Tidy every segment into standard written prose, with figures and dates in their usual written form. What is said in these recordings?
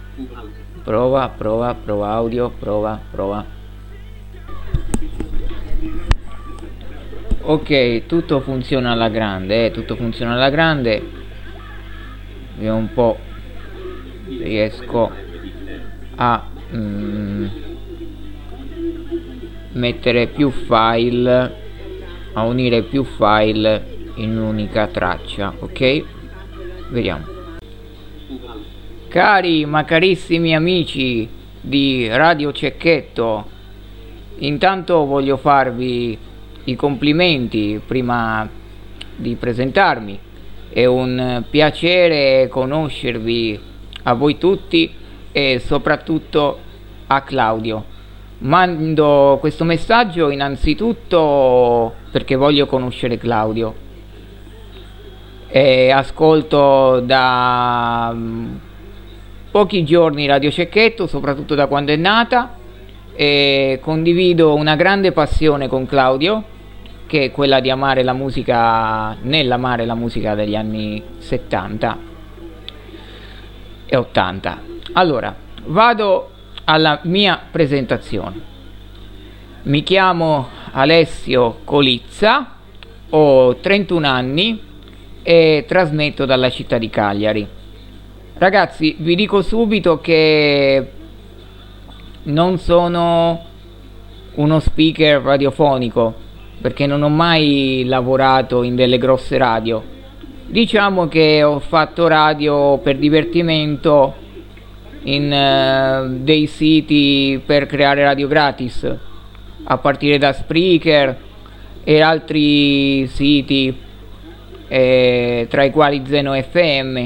Prova audio, prova. Ok, tutto funziona alla grande, Vediamo un po', riesco a mettere più file, a unire più file in un'unica traccia, ok? Vediamo. Cari ma carissimi amici di Radio Cecchetto, intanto voglio farvi i complimenti prima di presentarmi. È un piacere conoscervi a voi tutti e soprattutto a Claudio. Mando questo messaggio innanzitutto perché voglio conoscere Claudio e ascolto da pochi giorni Radio Cecchetto, soprattutto da quando è nata, e condivido una grande passione con Claudio, che è quella di amare la musica, nell'amare la musica degli anni 70 e 80. Allora, vado alla mia presentazione. Mi chiamo Alessio Colizza, ho 31 anni e trasmetto dalla città di Cagliari. Ragazzi, vi dico subito che non sono uno speaker radiofonico, perché non ho mai lavorato in delle grosse radio. Diciamo che ho fatto radio per divertimento in dei siti per creare radio gratis, a partire da Spreaker e altri siti, tra i quali Zeno FM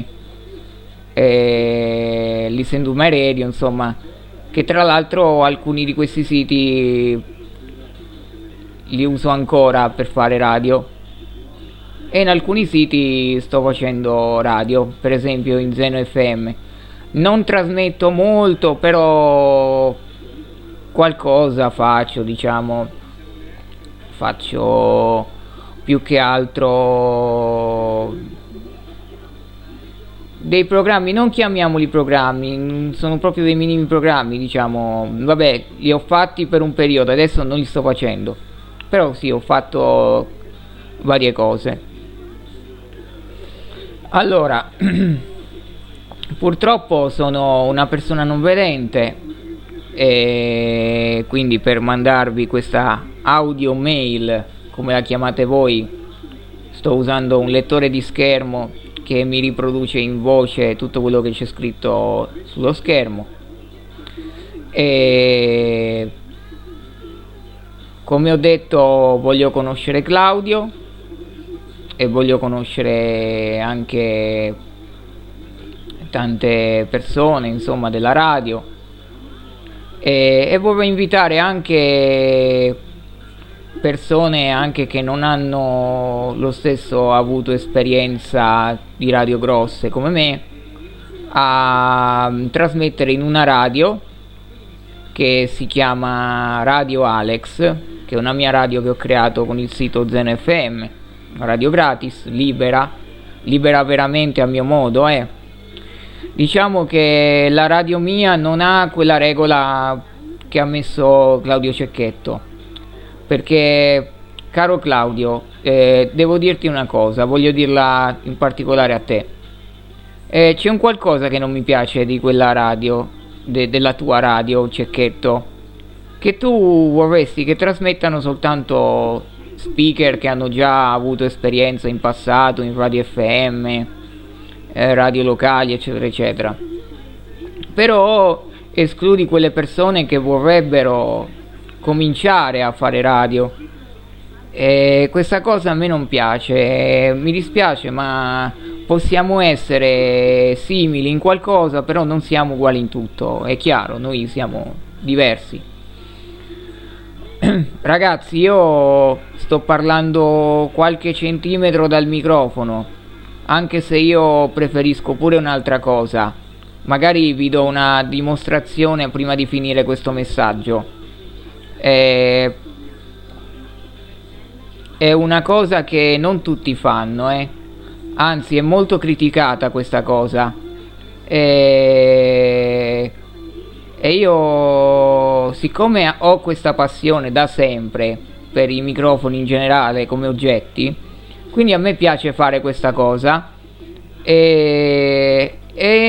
e Listen to My Radio, insomma, che tra l'altro alcuni di questi siti li uso ancora per fare radio, e in alcuni siti sto facendo radio, per esempio in Zeno FM. Non trasmetto molto, però qualcosa faccio, diciamo, faccio più che altro dei programmi, non chiamiamoli programmi, sono proprio dei minimi programmi, diciamo. Vabbè, li ho fatti per un periodo, adesso non li sto facendo, però sì, ho fatto varie cose. Allora, purtroppo sono una persona non vedente, e quindi per mandarvi questa audio mail, come la chiamate voi, sto usando un lettore di schermo che mi riproduce in voce tutto quello che c'è scritto sullo schermo. E come ho detto, voglio conoscere Claudio e voglio conoscere anche tante persone, insomma, della radio, e vorrei invitare anche persone anche che non hanno lo stesso avuto esperienza di radio grosse come me a trasmettere in una radio che si chiama Radio Alex, che è una mia radio che ho creato con il sito Zeno FM, una radio gratis, libera veramente a mio modo. Diciamo che la radio mia non ha quella regola che ha messo Claudio Cecchetto, perché, caro Claudio, devo dirti una cosa, voglio dirla in particolare a te. C'è un qualcosa che non mi piace di quella radio, della tua radio Cecchetto, che tu vorresti che trasmettano soltanto speaker che hanno già avuto esperienza in passato in radio FM, radio locali, eccetera eccetera, però escludi quelle persone che vorrebbero cominciare a fare radio, e questa cosa a me non piace. Mi dispiace, ma possiamo essere simili in qualcosa, però non siamo uguali in tutto, è chiaro, noi siamo diversi. Ragazzi, io sto parlando qualche centimetro dal microfono, anche se io preferisco pure un'altra cosa. Magari vi do una dimostrazione prima di finire questo messaggio. È una cosa che non tutti fanno, anzi è molto criticata questa cosa. io, siccome ho questa passione da sempre per i microfoni in generale come oggetti, quindi a me piace fare questa cosa e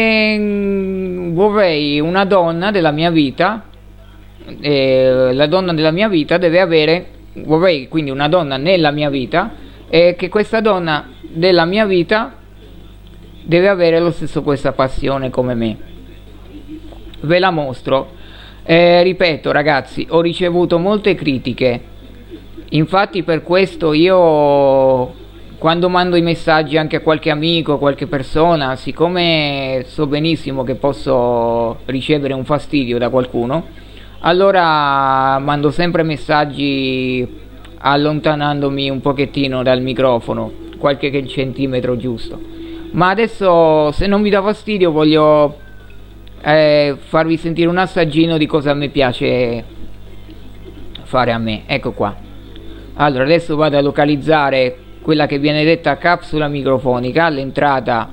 vorrei una donna della mia vita. La donna della mia vita deve avere, vorrei quindi una donna nella mia vita, e che questa donna della mia vita deve avere lo stesso questa passione come me. Ve la mostro. Ripeto ragazzi, ho ricevuto molte critiche, infatti per questo io, quando mando i messaggi anche a qualche amico, qualche persona, siccome so benissimo che posso ricevere un fastidio da qualcuno, allora mando sempre messaggi allontanandomi un pochettino dal microfono, qualche centimetro giusto. Ma adesso, se non vi dà fastidio, voglio farvi sentire un assaggino di cosa mi piace fare a me. Ecco qua. Allora, adesso vado a localizzare quella che viene detta capsula microfonica, l'entrata,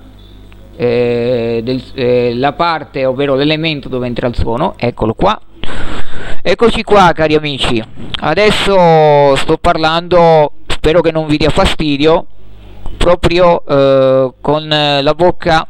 la parte, ovvero l'elemento dove entra il suono. Eccolo qua. Eccoci qua cari amici, adesso sto parlando, spero che non vi dia fastidio, proprio con la bocca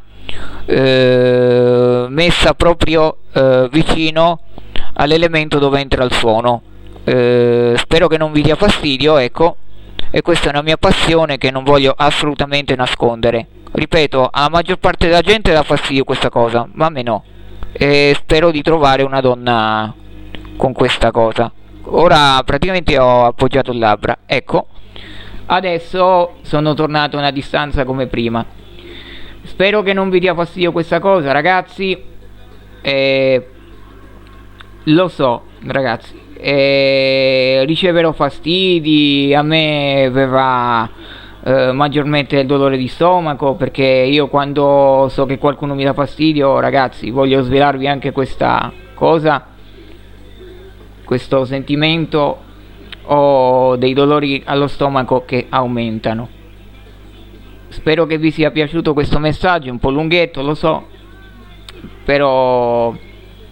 messa proprio vicino all'elemento dove entra il suono. Spero che non vi dia fastidio, ecco, e questa è una mia passione che non voglio assolutamente nascondere. Ripeto, alla maggior parte della gente dà fastidio questa cosa, ma a me no, e spero di trovare una donna con questa cosa. Ora praticamente ho appoggiato il labbra, ecco, adesso sono tornato a una distanza come prima. Spero che non vi dia fastidio questa cosa ragazzi, lo so ragazzi, riceverò fastidi, a me verrà maggiormente il dolore di stomaco, perché io quando so che qualcuno mi dà fastidio, ragazzi, voglio svelarvi anche questa cosa, questo sentimento. Ho dei dolori allo stomaco che aumentano. Spero che vi sia piaciuto questo messaggio, un po' lunghetto, lo so, però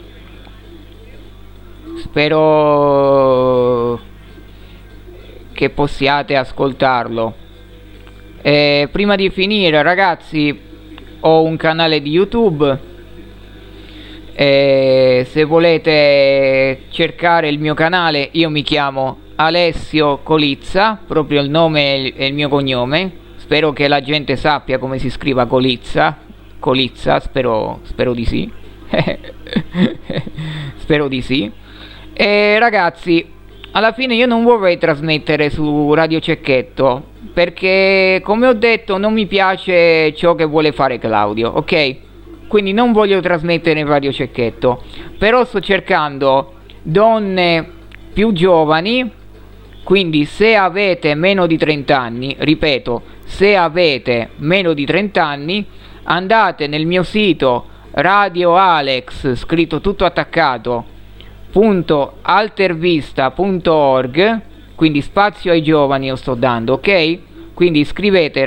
spero che possiate ascoltarlo. Prima di finire ragazzi, ho un canale di YouTube, se volete cercare il mio canale, io mi chiamo Alessio Colizza, proprio il nome e il mio cognome. Spero che la gente sappia come si scriva Colizza, spero di sì. Spero di sì. E ragazzi, alla fine io non vorrei trasmettere su Radio Cecchetto, perché come ho detto non mi piace ciò che vuole fare Claudio, ok? Quindi non voglio trasmettere in Radio Cecchetto, però sto cercando donne più giovani, quindi se avete meno di 30 anni, ripeto, se avete meno di 30 anni, andate nel mio sito Radio Alex, scritto tutto attaccato, .altervista.org, quindi spazio ai giovani io sto dando, ok? Quindi scrivete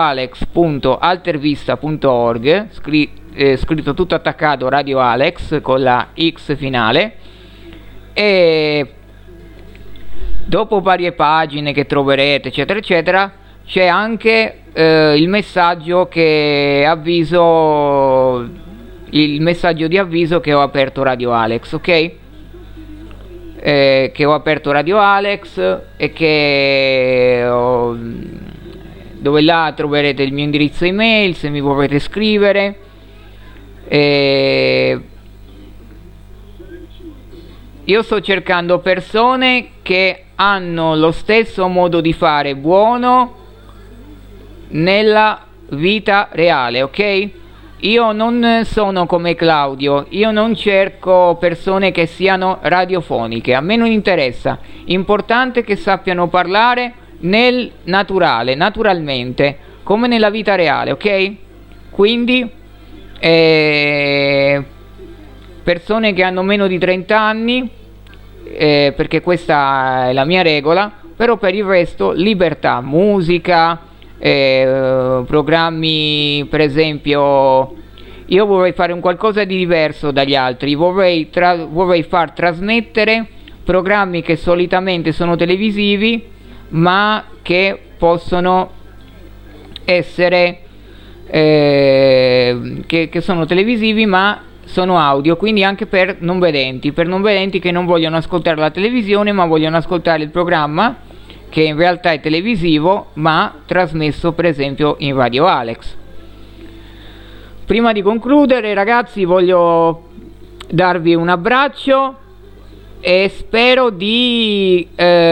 radioalex.altervista.org, scritto tutto attaccato Radio Alex con la X finale, e dopo varie pagine che troverete eccetera eccetera c'è anche il messaggio che avviso, il messaggio di avviso che ho aperto Radio Alex, ok? Che ho aperto Radio Alex e che dove là troverete il mio indirizzo email se mi volete scrivere. Io sto cercando persone che hanno lo stesso modo di fare buono nella vita reale, ok? Io non sono come Claudio, io non cerco persone che siano radiofoniche, a me non interessa, importante che sappiano parlare nel naturale, naturalmente, come nella vita reale, ok? Quindi persone che hanno meno di 30 anni, perché questa è la mia regola, però per il resto libertà, musica, programmi, per esempio io vorrei fare un qualcosa di diverso dagli altri, vorrei far trasmettere programmi che solitamente sono televisivi, ma che possono essere che sono televisivi ma sono audio, quindi anche per non vedenti che non vogliono ascoltare la televisione ma vogliono ascoltare il programma, che in realtà è televisivo ma trasmesso per esempio in Radio Alex. Prima di concludere, ragazzi, voglio darvi un abbraccio e spero di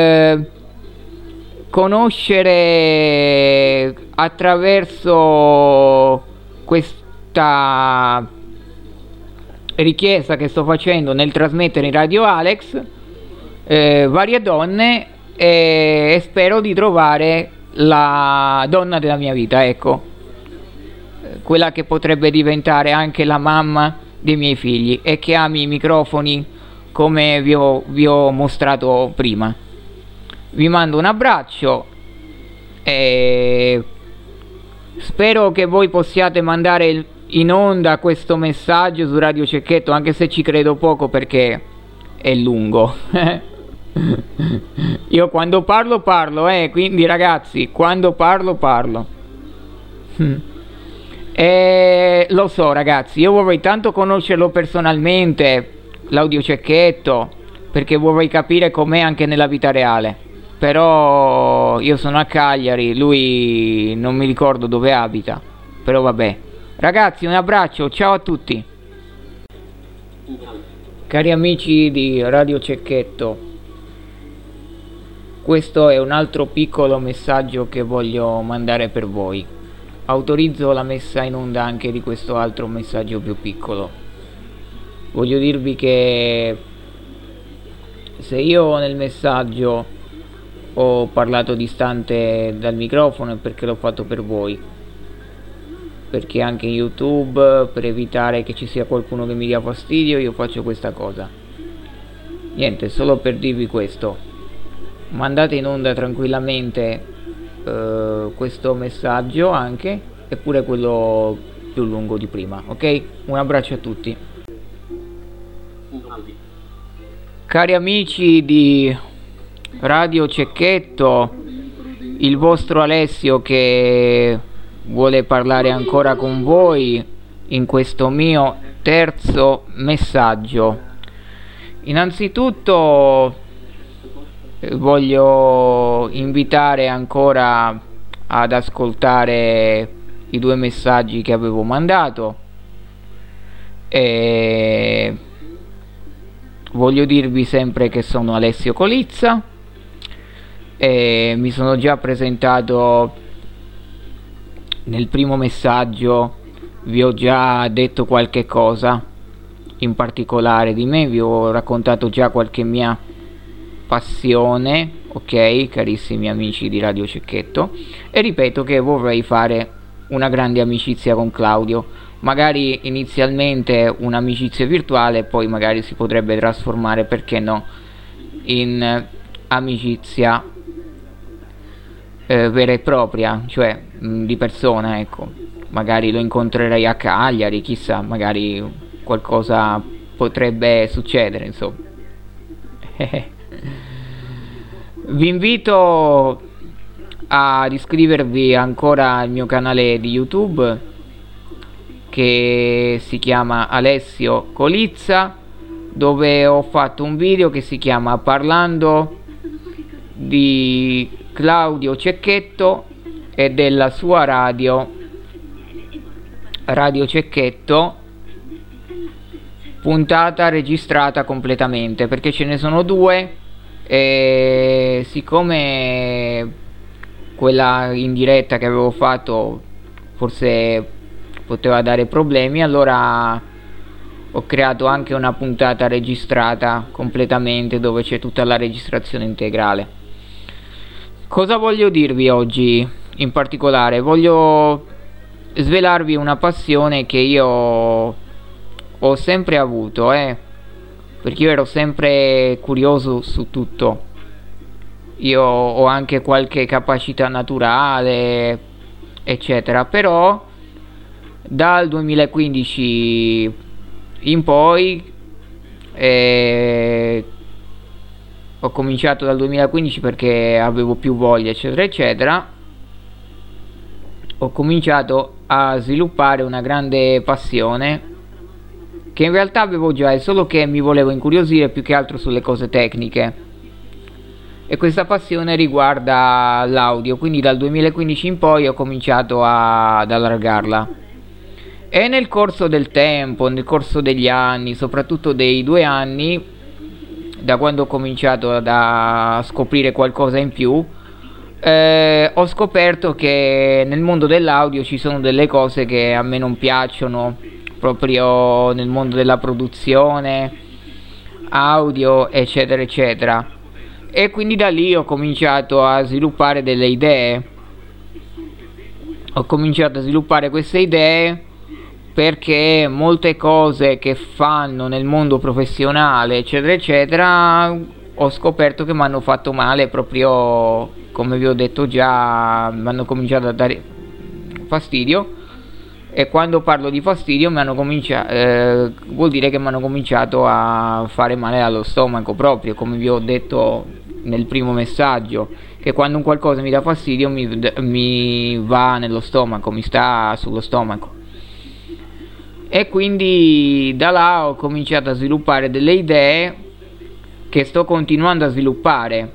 conoscere attraverso questa richiesta che sto facendo nel trasmettere in Radio Alex varie donne, e spero di trovare la donna della mia vita, ecco, quella che potrebbe diventare anche la mamma dei miei figli e che ami i microfoni come vi ho mostrato prima. Vi mando un abbraccio e spero che voi possiate mandare in onda questo messaggio su Radio Cecchetto, anche se ci credo poco perché è lungo. Io quando parlo, quindi ragazzi, quando parlo. E lo so, ragazzi, io vorrei tanto conoscerlo personalmente, l'Audio Cecchetto, perché vorrei capire com'è anche nella vita reale. Però io sono a Cagliari, lui non mi ricordo dove abita, però vabbè. Ragazzi, un abbraccio, ciao a tutti. Cari amici di Radio Cecchetto, questo è un altro piccolo messaggio che voglio mandare per voi. Autorizzo la messa in onda anche di questo altro messaggio più piccolo. Voglio dirvi che se io nel messaggio ho parlato distante dal microfono è perché l'ho fatto per voi, perché anche in YouTube, per evitare che ci sia qualcuno che mi dia fastidio, io faccio questa cosa. Niente, solo per dirvi questo. Mandate in onda tranquillamente questo messaggio anche, eppure quello più lungo di prima, ok? Un abbraccio a tutti. Cari amici di Radio Cecchetto, il vostro Alessio che vuole parlare ancora con voi in questo mio terzo messaggio. Innanzitutto voglio invitare ancora ad ascoltare i 2 messaggi che avevo mandato e voglio dirvi sempre che sono Alessio Colizza e mi sono già presentato nel primo messaggio, vi ho già detto qualche cosa in particolare di me, vi ho raccontato già qualche mia passione, ok, carissimi amici di Radio Cecchetto, e ripeto che vorrei fare una grande amicizia con Claudio, magari inizialmente un'amicizia virtuale, poi magari si potrebbe trasformare, perché no, in amicizia vera e propria, cioè di persona, ecco. Magari lo incontrerei a Cagliari, chissà, magari qualcosa potrebbe succedere, insomma. Vi invito ad iscrivervi ancora al mio canale di YouTube che si chiama Alessio Colizza, dove ho fatto un video che si chiama Parlando di Claudio Cecchetto e della sua radio Cecchetto, puntata registrata completamente, perché ce ne sono 2 e siccome quella in diretta che avevo fatto forse poteva dare problemi, allora ho creato anche una puntata registrata completamente dove c'è tutta la registrazione integrale. Cosa voglio dirvi oggi in particolare? Voglio svelarvi una passione che io ho sempre avuto, perché io ero sempre curioso su tutto. Io ho anche qualche capacità naturale, eccetera, però Dal 2015 in poi ho cominciato dal 2015 perché avevo più voglia, eccetera eccetera. Ho cominciato a sviluppare una grande passione che in realtà avevo già, è solo che mi volevo incuriosire più che altro sulle cose tecniche, e questa passione riguarda l'audio, quindi dal 2015 in poi ho cominciato ad allargarla, e nel corso del tempo, nel corso degli anni, soprattutto dei 2 anni, da quando ho cominciato a scoprire qualcosa in più, ho scoperto che nel mondo dell'audio ci sono delle cose che a me non piacciono, proprio nel mondo della produzione audio, eccetera eccetera, e quindi da lì ho cominciato a sviluppare delle idee. Ho cominciato a sviluppare queste idee perché molte cose che fanno nel mondo professionale, eccetera eccetera, ho scoperto che mi hanno fatto male, proprio come vi ho detto già, mi hanno cominciato a dare fastidio. E quando parlo di fastidio vuol dire che mi hanno cominciato a fare male allo stomaco, proprio come vi ho detto nel primo messaggio, che quando un qualcosa mi dà fastidio mi va nello stomaco, mi sta sullo stomaco. E quindi da là ho cominciato a sviluppare delle idee che sto continuando a sviluppare.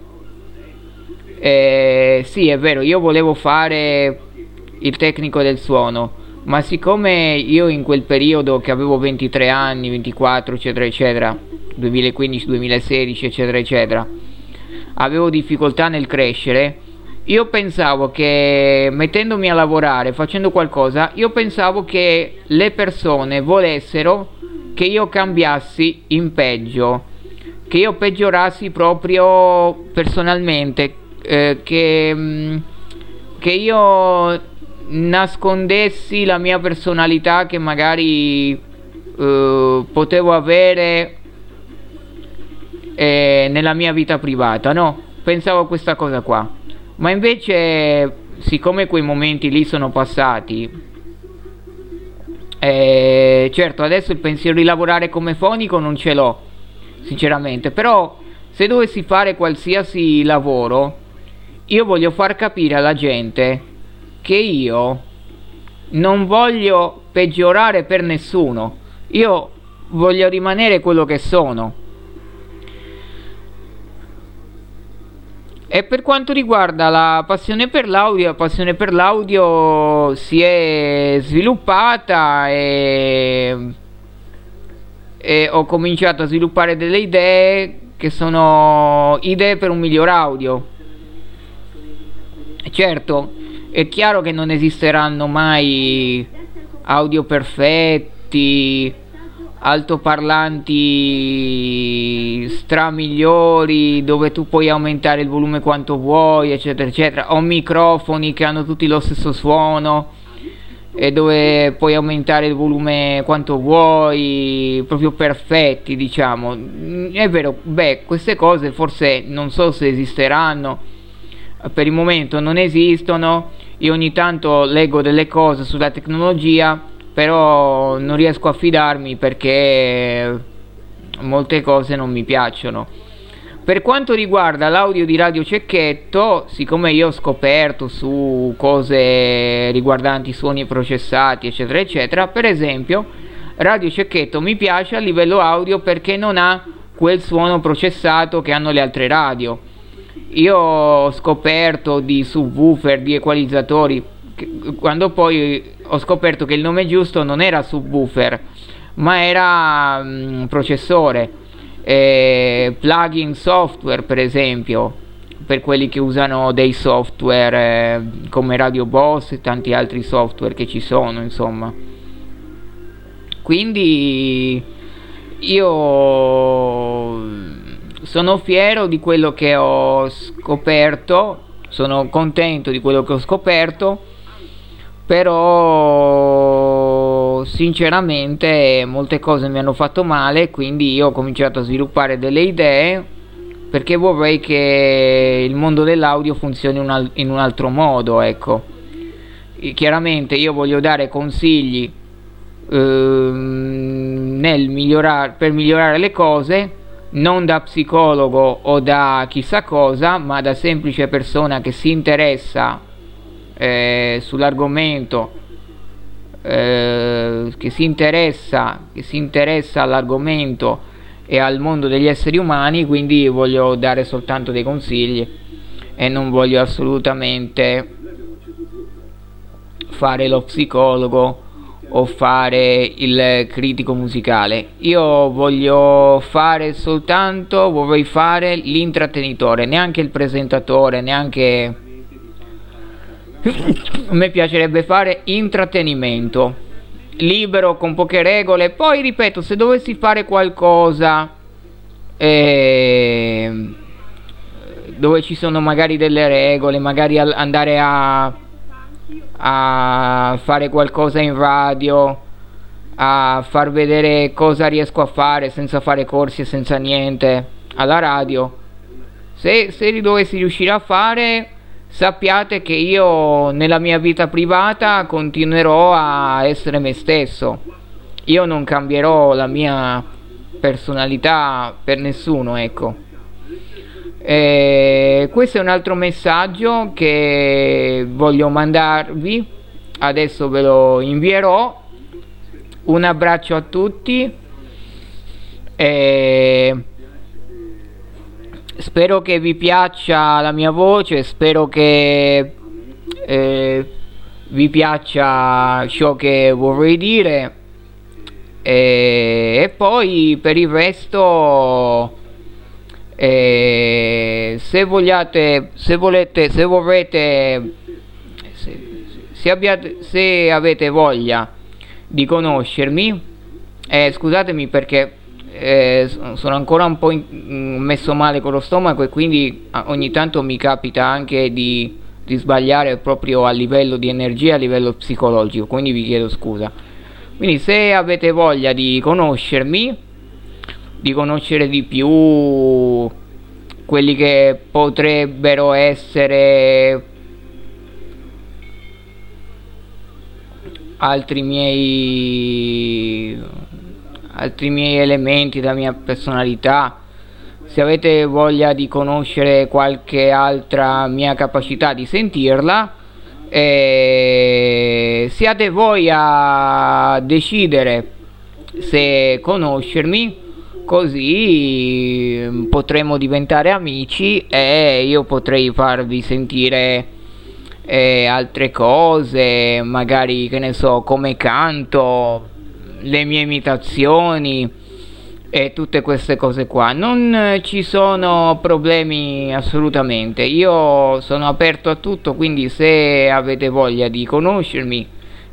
Sì, è vero, io volevo fare il tecnico del suono, ma siccome io in quel periodo che avevo 23 anni, 24 eccetera eccetera, 2015-2016 eccetera eccetera, avevo difficoltà nel crescere, io pensavo che mettendomi a lavorare, facendo qualcosa, io pensavo che le persone volessero che io cambiassi in peggio, che io peggiorassi proprio personalmente, che io nascondessi la mia personalità che magari potevo avere nella mia vita privata, no? Pensavo a questa cosa qua, ma invece, siccome quei momenti lì sono passati, certo adesso il pensiero di lavorare come fonico non ce l'ho sinceramente, però se dovessi fare qualsiasi lavoro, io voglio far capire alla gente che io non voglio peggiorare per nessuno, io voglio rimanere quello che sono. E per quanto riguarda la passione per l'audio si è sviluppata e ho cominciato a sviluppare delle idee che sono idee per un miglior audio. Certo, è chiaro che non esisteranno mai audio perfetti, altoparlanti stramigliori dove tu puoi aumentare il volume quanto vuoi, eccetera eccetera, o microfoni che hanno tutti lo stesso suono e dove puoi aumentare il volume quanto vuoi, proprio perfetti, diciamo. È vero, queste cose forse non so se esisteranno, per il momento non esistono. Io ogni tanto leggo delle cose sulla tecnologia, però non riesco a fidarmi perché molte cose non mi piacciono. Per quanto riguarda l'audio di Radio Cecchetto, siccome io ho scoperto su cose riguardanti suoni processati, eccetera eccetera, per esempio Radio Cecchetto mi piace a livello audio perché non ha quel suono processato che hanno le altre radio. Io ho scoperto di subwoofer, di equalizzatori, quando poi ho scoperto che il nome giusto non era subwoofer ma era processore, plugin software per esempio, per quelli che usano dei software come Radio Boss e tanti altri software che ci sono, insomma. Quindi io sono fiero di quello che ho scoperto, sono contento di quello che ho scoperto, però sinceramente molte cose mi hanno fatto male, quindi io ho cominciato a sviluppare delle idee perché vorrei che il mondo dell'audio funzioni in un altro modo, ecco. chiaramente io voglio dare consigli per migliorare le cose, non da psicologo o da chissà cosa, ma da semplice persona che si interessa sull'argomento, che si interessa all'argomento e al mondo degli esseri umani. Quindi voglio dare soltanto dei consigli e non voglio assolutamente fare lo psicologo o fare il critico musicale. Io vorrei fare l'intrattenitore, neanche il presentatore, neanche a me piacerebbe fare intrattenimento libero, con poche regole. Poi ripeto, se dovessi fare qualcosa dove ci sono magari delle regole, magari andare a fare qualcosa in radio, a far vedere cosa riesco a fare senza fare corsi e senza niente alla radio, se li dovessi riuscire a fare, sappiate che io nella mia vita privata continuerò a essere me stesso. Io non cambierò la mia personalità per nessuno, ecco. Questo è un altro messaggio che voglio mandarvi, adesso ve lo invierò. Un abbraccio a tutti, spero che vi piaccia la mia voce, spero che vi piaccia ciò che vorrei dire, e poi per il resto, se avete voglia di conoscermi, scusatemi perché sono ancora un po' messo male con lo stomaco e quindi ogni tanto mi capita anche di sbagliare proprio a livello di energia, a livello psicologico, quindi vi chiedo scusa. Quindi se avete voglia di conoscermi, di conoscere di più quelli che potrebbero essere altri miei elementi della mia personalità, se avete voglia di conoscere qualche altra mia capacità di sentirla, siate voi a decidere se conoscermi, così potremo diventare amici e io potrei farvi sentire altre cose, magari, che ne so, come canto, le mie imitazioni e tutte queste cose qua. Non ci sono problemi assolutamente, io sono aperto a tutto, quindi se avete voglia di conoscermi,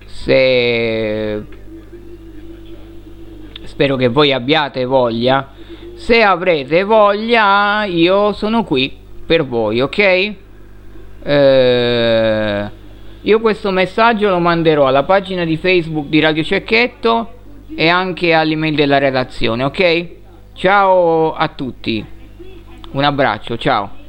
spero che voi abbiate voglia, se avrete voglia io sono qui per voi, ok? Io questo messaggio lo manderò alla pagina di Facebook di Radio Cecchetto e anche all'email della redazione, ok? Ciao a tutti, un abbraccio, ciao.